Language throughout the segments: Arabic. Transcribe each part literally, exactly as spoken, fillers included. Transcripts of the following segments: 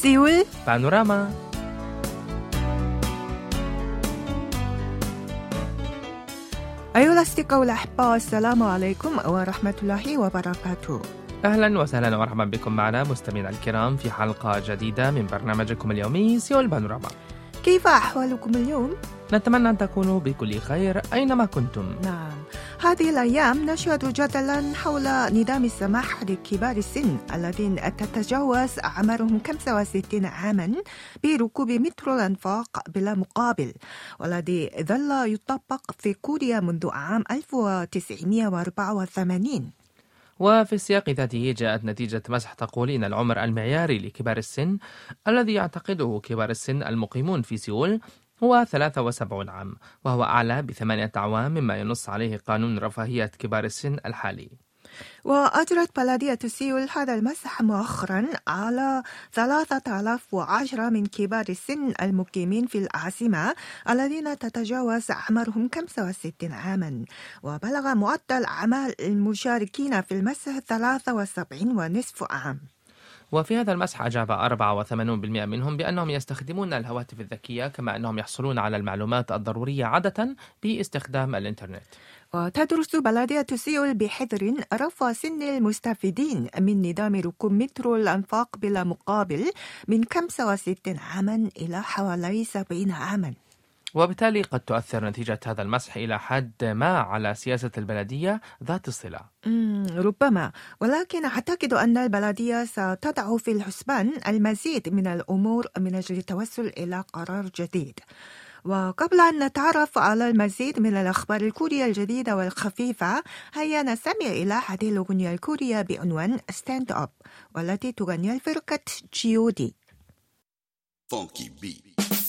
سيول بانوراما. أيها الأصدقاء والأحباء، السلام عليكم ورحمة الله وبركاته. أهلا وسهلا ومرحبا بكم معنا مستمعينا الكرام في حلقة جديدة من برنامجكم اليومي سيول بانوراما. كيف أحوالكم اليوم؟ نتمنى أن تكونوا بكل خير أينما كنتم. نعم، هذه الأيام نشهد جدلا حول نظام السماح لكبار السن الذين تتجاوز أعمارهم خمسة وستين عاما بركوب مترو الأنفاق بلا مقابل، والذي ظل يطبق في كوريا منذ عام ألف وتسعمائة وأربعة وثمانين. وفي السياق ذاته جاءت نتيجة مسح تقول إن العمر المعياري لكبار السن الذي يعتقده كبار السن المقيمون في سيول هو ثلاثة وسبعين عام، وهو أعلى بثمانية أعوام مما ينص عليه قانون رفاهية كبار السن الحالي. وأجرت بلدية سيول هذا المسح مؤخرا على ثلاثة آلاف وعشرة من كبار السن المقيمين في العاصمة الذين تتجاوز أعمارهم خمسة وستين عاما، وبلغ معدل أعمار المشاركين في المسح ثلاثة وسبعين ونصف عام. وفي هذا المسح أجاب أربعة وثمانين بالمئة منهم بأنهم يستخدمون الهواتف الذكية، كما أنهم يحصلون على المعلومات الضرورية عادة باستخدام الإنترنت. وتدرس بلدية سيول بحذر رفع سن المستفيدين من نظام ركوب مترو الأنفاق بلا مقابل من خمسة وستين عاما إلى حوالي سبعين عاما. وبالتالي قد تؤثر نتيجة هذا المسح إلى حد ما على سياسة البلدية ذات الصلة. ربما، ولكن أعتقد أن البلدية ستضع في الحسبان المزيد من الأمور من أجل التوصل إلى قرار جديد. وقبل أن نتعرف على المزيد من الأخبار الكورية الجديدة والخفيفة، هيا نستمع إلى هذه الأغنية الكورية بعنوان ستاند أب، والتي تغنيها الفرقة جي أو دي. Funky beat.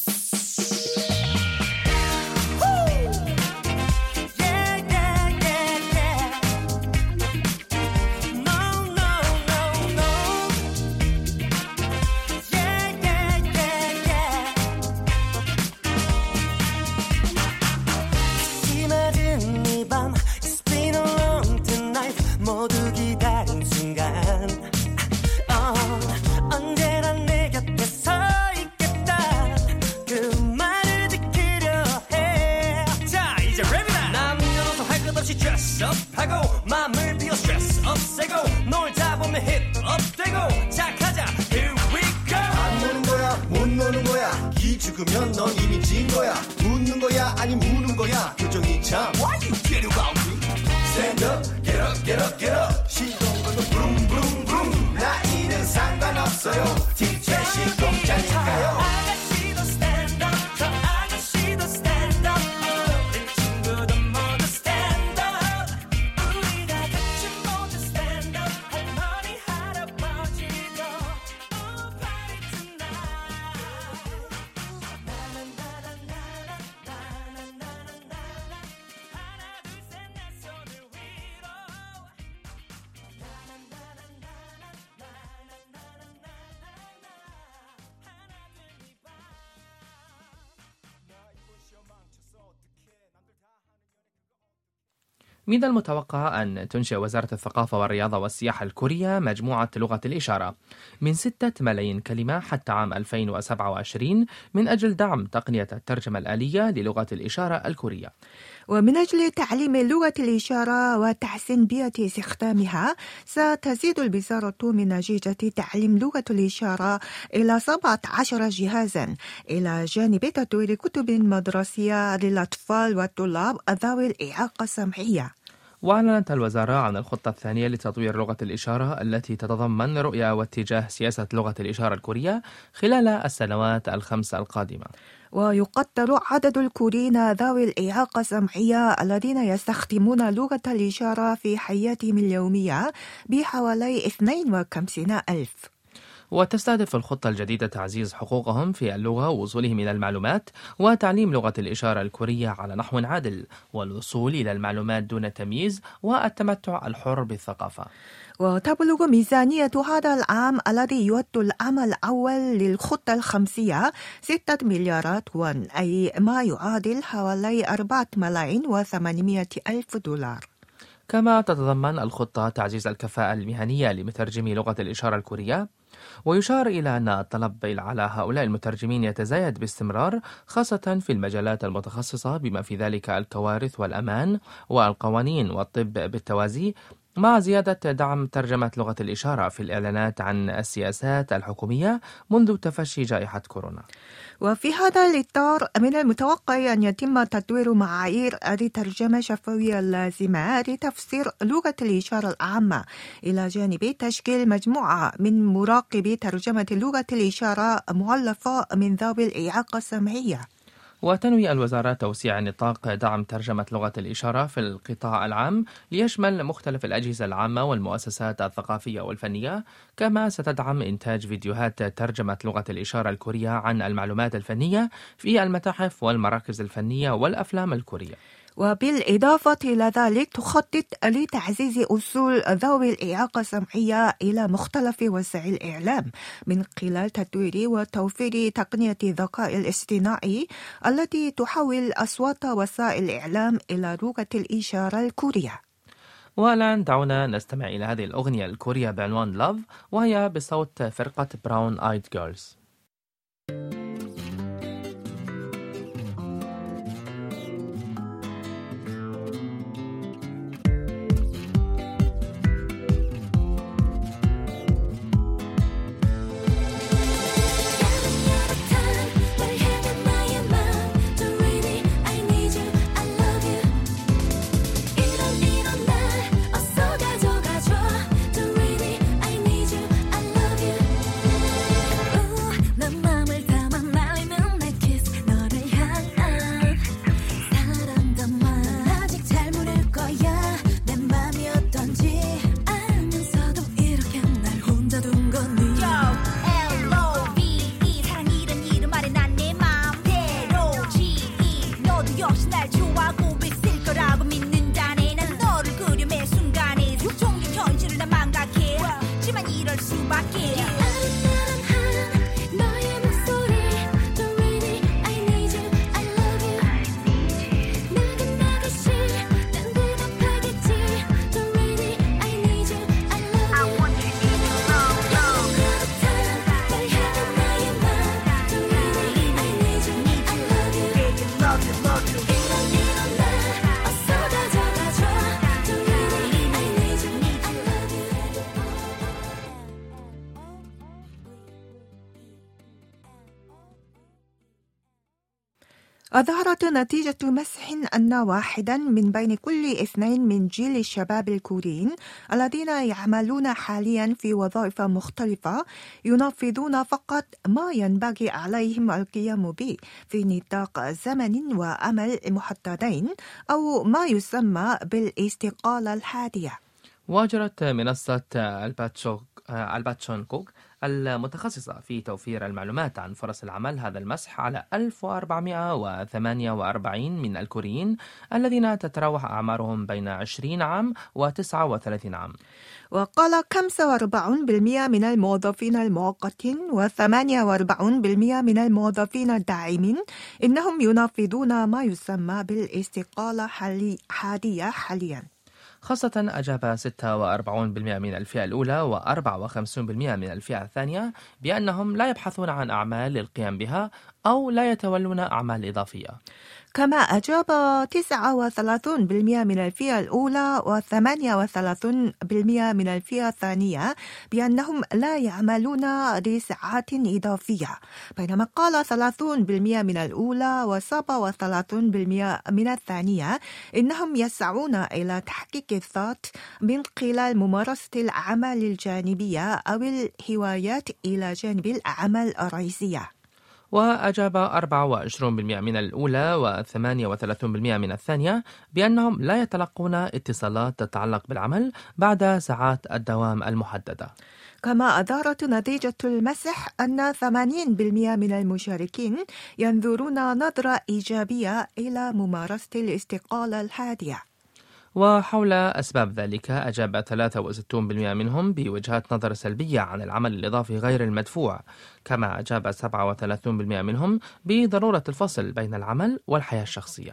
죽으면 넌 이미 진 거야. 웃는 거야 아니 무는 거야. 표정이 참 Why you get about me? Stand up, get up, get up, get up. 시동 걸고 브룸 브룸 브룸. 나이는 상관없어요. 티켓이 공짜니까요. 아가씨도 stand up, 저 아가씨도 stand up. 우리 친구도 모두 stand up. 우리 다 같이 모두 stand up. 할머니 할아버지도 party tonight. من المتوقع أن تنشئ وزارة الثقافة والرياضة والسياحة الكورية مجموعة لغة الإشارة من ستة ملايين كلمة حتى عام ألفين وسبعة وعشرين من أجل دعم تقنية الترجمة الآلية للغة الإشارة الكورية. ومن أجل تعليم لغة الإشارة وتحسين بيئة استخدامها، ستزيد الوزارة من نتيجة تعليم لغة الإشارة إلى سبعة عشر جهازا، إلى جانب تطوير كتب مدرسية للأطفال والطلاب ذوي الإعاقة السمعية. وأعلنت الوزارة عن الخطة الثانية لتطوير لغة الإشارة التي تتضمن رؤية واتجاه سياسة لغة الإشارة الكورية خلال السنوات الخمس القادمة. ويقدر عدد الكوريين ذوي الإعاقة السمعية الذين يستخدمون لغة الإشارة في حياتهم اليومية بحوالي اثنين وخمسين ألف. وتستهدف الخطة الجديدة تعزيز حقوقهم في اللغة ووصولهم إلى المعلومات وتعليم لغة الإشارة الكورية على نحو عادل والوصول إلى المعلومات دون تمييز والتمتع الحر بالثقافة. وتبلغ ميزانية هذا العام الذي يعد العام الأول للخطة الخمسية ستة مليارات وون، أي ما يعادل حوالي أربعة ملايين وثمانمائة ألف دولار. كما تتضمن الخطة تعزيز الكفاءة المهنية لمترجمي لغة الإشارة الكورية. ويشار إلى أن الطلب على هؤلاء المترجمين يتزايد باستمرار، خاصة في المجالات المتخصصة بما في ذلك الكوارث والأمان والقوانين والطب بالتوازي، مع زيادة دعم ترجمة لغة الإشارة في الإعلانات عن السياسات الحكومية منذ تفشي جائحة كورونا. وفي هذا الإطار من المتوقع أن يتم تطوير معايير الترجمة الشفوية اللازمة لتفسير لغة الإشارة العامة، إلى جانب تشكيل مجموعة من مراقبي ترجمة لغة الإشارة مؤلفة من ذوي الإعاقة السمعية. وتنوي الوزارة توسيع نطاق دعم ترجمة لغة الإشارة في القطاع العام ليشمل مختلف الأجهزة العامة والمؤسسات الثقافية والفنية، كما ستدعم إنتاج فيديوهات ترجمة لغة الإشارة الكورية عن المعلومات الفنية في المتاحف والمراكز الفنية والأفلام الكورية. وبالإضافة إلى ذلك تخطط لتعزيز أصول ذوي الإعاقة السمعية إلى مختلف وسائل الإعلام من خلال تطوير وتوفير تقنية الذكاء الاصطناعي التي تحول أصوات وسائل الإعلام إلى لغة الإشارة الكورية. والآن دعونا نستمع إلى هذه الأغنية الكورية بعنوان لاف، وهي بصوت فرقة براون آيد جيرلز. أظهرت نتيجة مسح أن واحدا من بين كل اثنين من جيل الشباب الكوريين الذين يعملون حاليا في وظائف مختلفة ينفذون فقط ما ينبغي عليهم القيام به في نطاق زمن وعمل محددين، أو ما يسمى بالاستقالة الحادية. وأجرت منصة الباتشونكوك المتخصصة في توفير المعلومات عن فرص العمل هذا المسح على ألف وأربعمائة وثمانية وأربعين من الكوريين الذين تتراوح أعمارهم بين عشرين عام وتسعة وثلاثين عام. وقال خمسة وأربعين بالمئة من الموظفين المؤقتين وثمانية وأربعين بالمئة من الموظفين الداعمين إنهم ينفذون ما يسمى بالاستقالة الحادية حاليا. خاصة أجاب ستة وأربعين بالمئة من الفئة الأولى وأربعة وخمسين بالمئة من الفئة الثانية بأنهم لا يبحثون عن أعمال للقيام بها أو لا يتولون أعمال إضافية. كما أجاب تسعة وثلاثين بالمئة من الفئة الأولى وثمانية وثلاثين بالمئة من الفئة الثانية بأنهم لا يعملون لساعات إضافية، بينما قال ثلاثين بالمئة من الأولى وسبعة وثلاثين بالمئة من الثانية إنهم يسعون إلى تحقيق الذات من خلال ممارسة الأعمال الجانبية أو الهوايات إلى جانب الأعمال الرئيسية. وأجاب أربعة وعشرين بالمئة من الأولى وثمانية وثلاثين بالمئة من الثانية بأنهم لا يتلقون اتصالات تتعلق بالعمل بعد ساعات الدوام المحددة. كما أظهرت نتيجة المسح أن ثمانين بالمئة من المشاركين ينظرون نظرة إيجابية إلى ممارسة الاستقالة الحادية. وحول أسباب ذلك أجاب ثلاثة وستين بالمئة منهم بوجهات نظر سلبية عن العمل الإضافي غير المدفوع، كما أجاب سبعة وثلاثين بالمئة منهم بضرورة الفصل بين العمل والحياة الشخصية.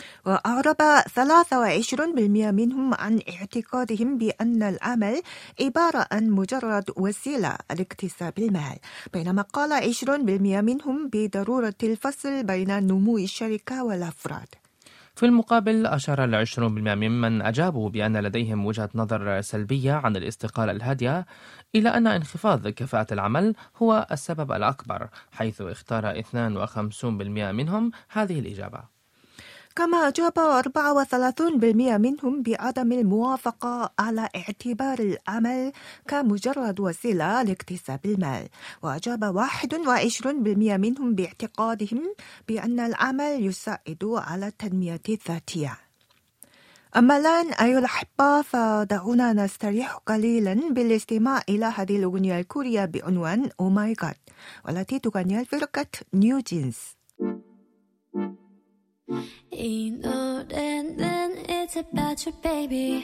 وأعرب ثلاثة وعشرين بالمئة منهم عن اعتقادهم بأن العمل عبارة عن مجرد وسيلة لاكتساب المال، بينما قال عشرين بالمئة منهم بضرورة الفصل بين نمو الشركة والأفراد. في المقابل أشار العشرون بالمئة ممن أجابوا بأن لديهم وجهة نظر سلبية عن الاستقالة الهادئة إلى أن انخفاض كفاءة العمل هو السبب الأكبر، حيث اختار اثنين وخمسين بالمئة منهم هذه الإجابة. كما أجاب أربعة وثلاثين بالمئة منهم بعدم الموافقة على اعتبار العمل كمجرد وسيلة لاكتساب المال، وأجاب واحد وعشرين بالمئة منهم باعتقادهم بأن العمل يساعد على التنمية الذاتية. أما الآن أيها الأحبة، فدعونا نستريح قليلا بالاستماع إلى هذه الأغنية الكورية بعنوان Oh My God، والتي تغنيها الفرقة نيو جينز. 이 노래는 it's about you baby,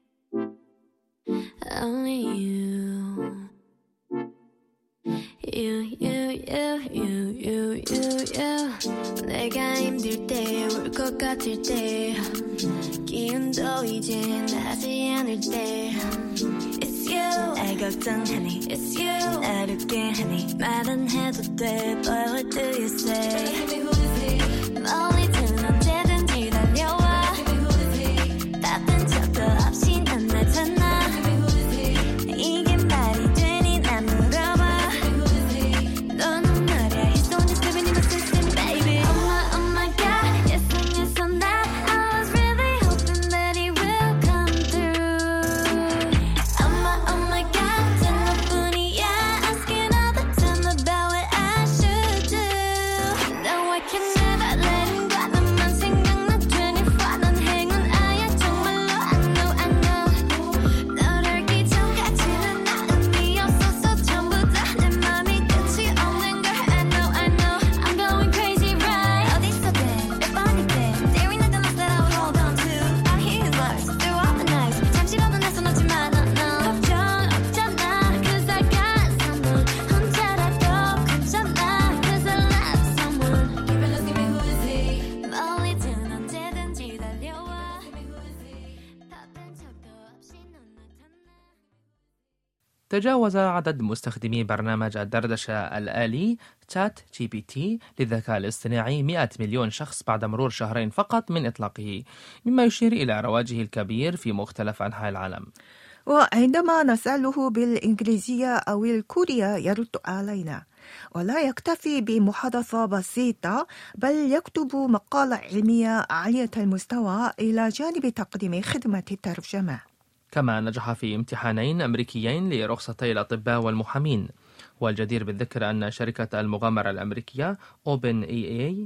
only you, you, you, you, you, you, you, you. 내가 힘들 때, 울 것 같을 때, 기운도 이제 나지 않을 때, it's you. 날 걱정하니, it's you. 날 웃게 하니, 말은 해도 돼, but what do you say? 멀리 든 언제든지 달려와, 바쁜 척도 없이 난 나타나. 이게 말이 되니 난 물어봐. 너는 말야, he's the one just living in my system, baby. Oh my, oh my God, yes and yes on that. I was really hoping that he will come through. Oh my, oh my God, 단 너뿐이야. Asking all the time about what I should do. No, I can never let him go. 너만 생각나 twenty-four. 넌 행운아야 정말로. I know, I know. 널 알기 전까지는 나 의미 없었어. 전부 다 내 맘이 끝이 없는 걸. I know, I know. I'm going crazy, right? 어디서든 몇 번이든 there ain't nothing else that I would hold on to. I hear his words through all the nights. 잠시라도 내 손 놓지 마, no, no. 걱정 없잖아, 'cause I got someone. 혼자라도 괜찮아, 'cause I love someone. Keep it, give me who is he? 멀리든 언제든지 달려와. 바쁜 척도 없이 넌 나타나. تجاوز عدد مستخدمي برنامج الدردشة الآلي تشات جي بي تي للذكاء الاصطناعي مئة مليون شخص بعد مرور شهرين فقط من إطلاقه، مما يشير إلى رواجه الكبير في مختلف أنحاء العالم. وعندما نسأله بالإنجليزية أو الكورية يرد علينا، ولا يكتفي بمحادثة بسيطة، بل يكتب مقالة علمية عالية المستوى إلى جانب تقديم خدمة الترجمة. كما نجح في امتحانين أمريكيين لرخصتي الأطباء والمحامين. والجدير بالذكر أن شركة المغامرة الأمريكية أوبن إي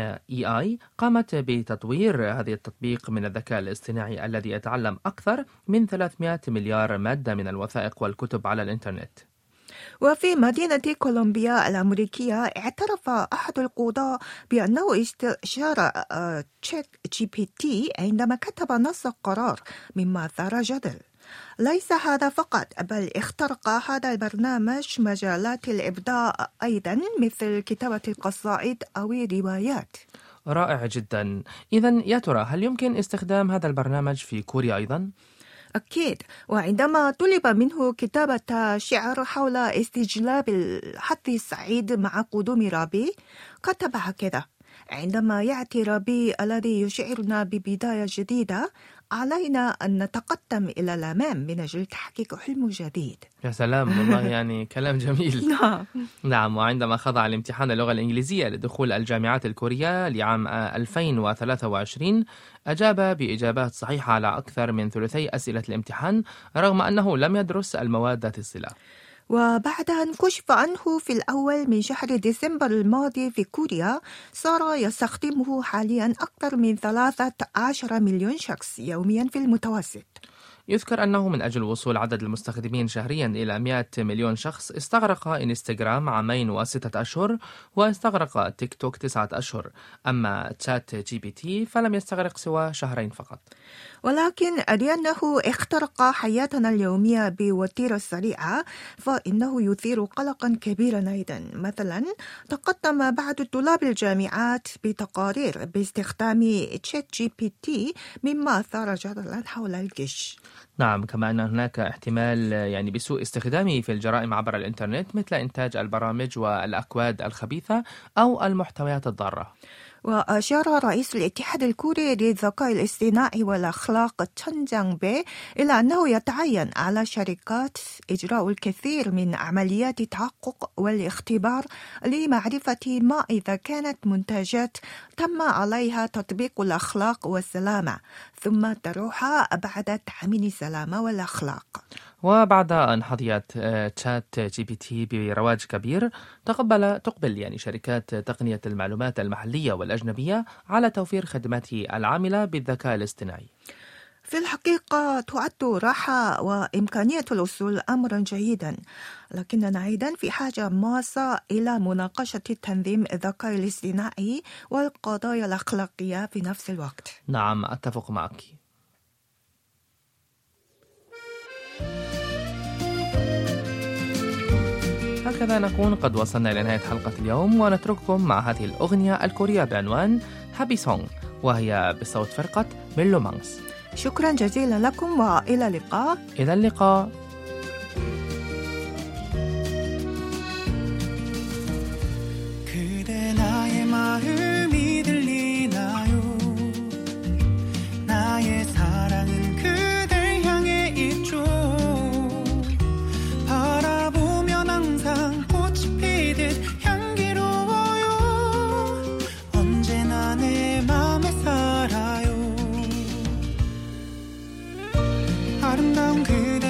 آي قامت بتطوير هذه التطبيق من الذكاء الاصطناعي الذي يتعلم أكثر من ثلاثمئة مليار مادة من الوثائق والكتب على الإنترنت. وفي مدينة كولومبيا الأمريكية اعترف أحد القضاة بأنه استشار تشات جي بي تي عندما كتب نص القرار، مما أثار جدل. ليس هذا فقط، بل اخترق هذا البرنامج مجالات الإبداع أيضا، مثل كتابة القصائد أو الروايات. رائع جدا. إذن يا ترى هل يمكن استخدام هذا البرنامج في كوريا أيضا؟ أكيد. وعندما طلب منه كتابة شعر حول استجلاب الحظ السعيد مع قدوم رابي، كتب هكذا: عندما يأتي رابي الذي يشعرنا ببداية جديدة، علينا أن نتقدم إلى الأمام من أجل تحقيق حلم جديد. يا سلام، والله يعني كلام جميل. نعم. نعم. وعندما خضع لامتحان اللغة الإنجليزية لدخول الجامعات الكورية لعام ألفين وثلاثة وعشرين، أجاب بإجابات صحيحة على أكثر من ثلثي أسئلة الامتحان، رغم أنه لم يدرس المواد ذات الصلة. وبعد أن كشف عنه في الأول من شهر ديسمبر الماضي في كوريا، صار يستخدمه حاليا أكثر من ثلاثة عشر مليون شخص يوميا في المتوسط. يذكر أنه من أجل وصول عدد المستخدمين شهريا إلى مئة مليون شخص استغرق إنستغرام عامين وستة أشهر، واستغرق تيك توك تسعة أشهر. أما تشات جي بي تي فلم يستغرق سوى شهرين فقط. ولكن لأنه اخترق حياتنا اليومية بوتيرة سريعة فإنه يثير قلقا كبيرا أيضا. مثلا تقدم بعض طلاب الجامعات بتقارير باستخدام تشات جي بي تي مما أثار جدلا حول الغش. نعم، كما أن هناك احتمال يعني بسوء استخدامه في الجرائم عبر الإنترنت مثل إنتاج البرامج والأكواد الخبيثة أو المحتويات الضارة. وأشار رئيس الاتحاد الكوري للذكاء الاصطناعي والأخلاق تشون جانغ بي إلى أنه يتعين على شركات إجراء الكثير من عمليات التحقق والاختبار لمعرفة ما إذا كانت منتجات تم عليها تطبيق الأخلاق والسلامة ثم طرحها بعد تأمين السلامة والأخلاق. وبعد أن حظيت تشات جي بي تي برواج كبير تقبل تقبل يعني شركات تقنية المعلومات المحلية والأجنبية على توفير خدماتها العاملة بالذكاء الاصطناعي. في الحقيقة تعد راحة وإمكانية الوصول أمرا جيدا، لكننا أيضا في حاجة ماسة إلى مناقشة تنظيم الذكاء الاصطناعي والقضايا الأخلاقية في نفس الوقت. نعم، أتفق معك. هكذا نكون قد وصلنا إلى نهاية حلقة اليوم، ونترككم مع هذه الأغنية الكورية بعنوان هابي سونغ، وهي بصوت فرقة ميلومانس. شكرا جزيلا لكم وإلى اللقاء. إلى اللقاء. 그대 나의 마음이 들리나요? 나의 사랑은 그댈 향해 있죠. 바라보면 항상 꽃이 피듯 향기로워요. 언제나 내 맘에 살아요. 아름다운 그대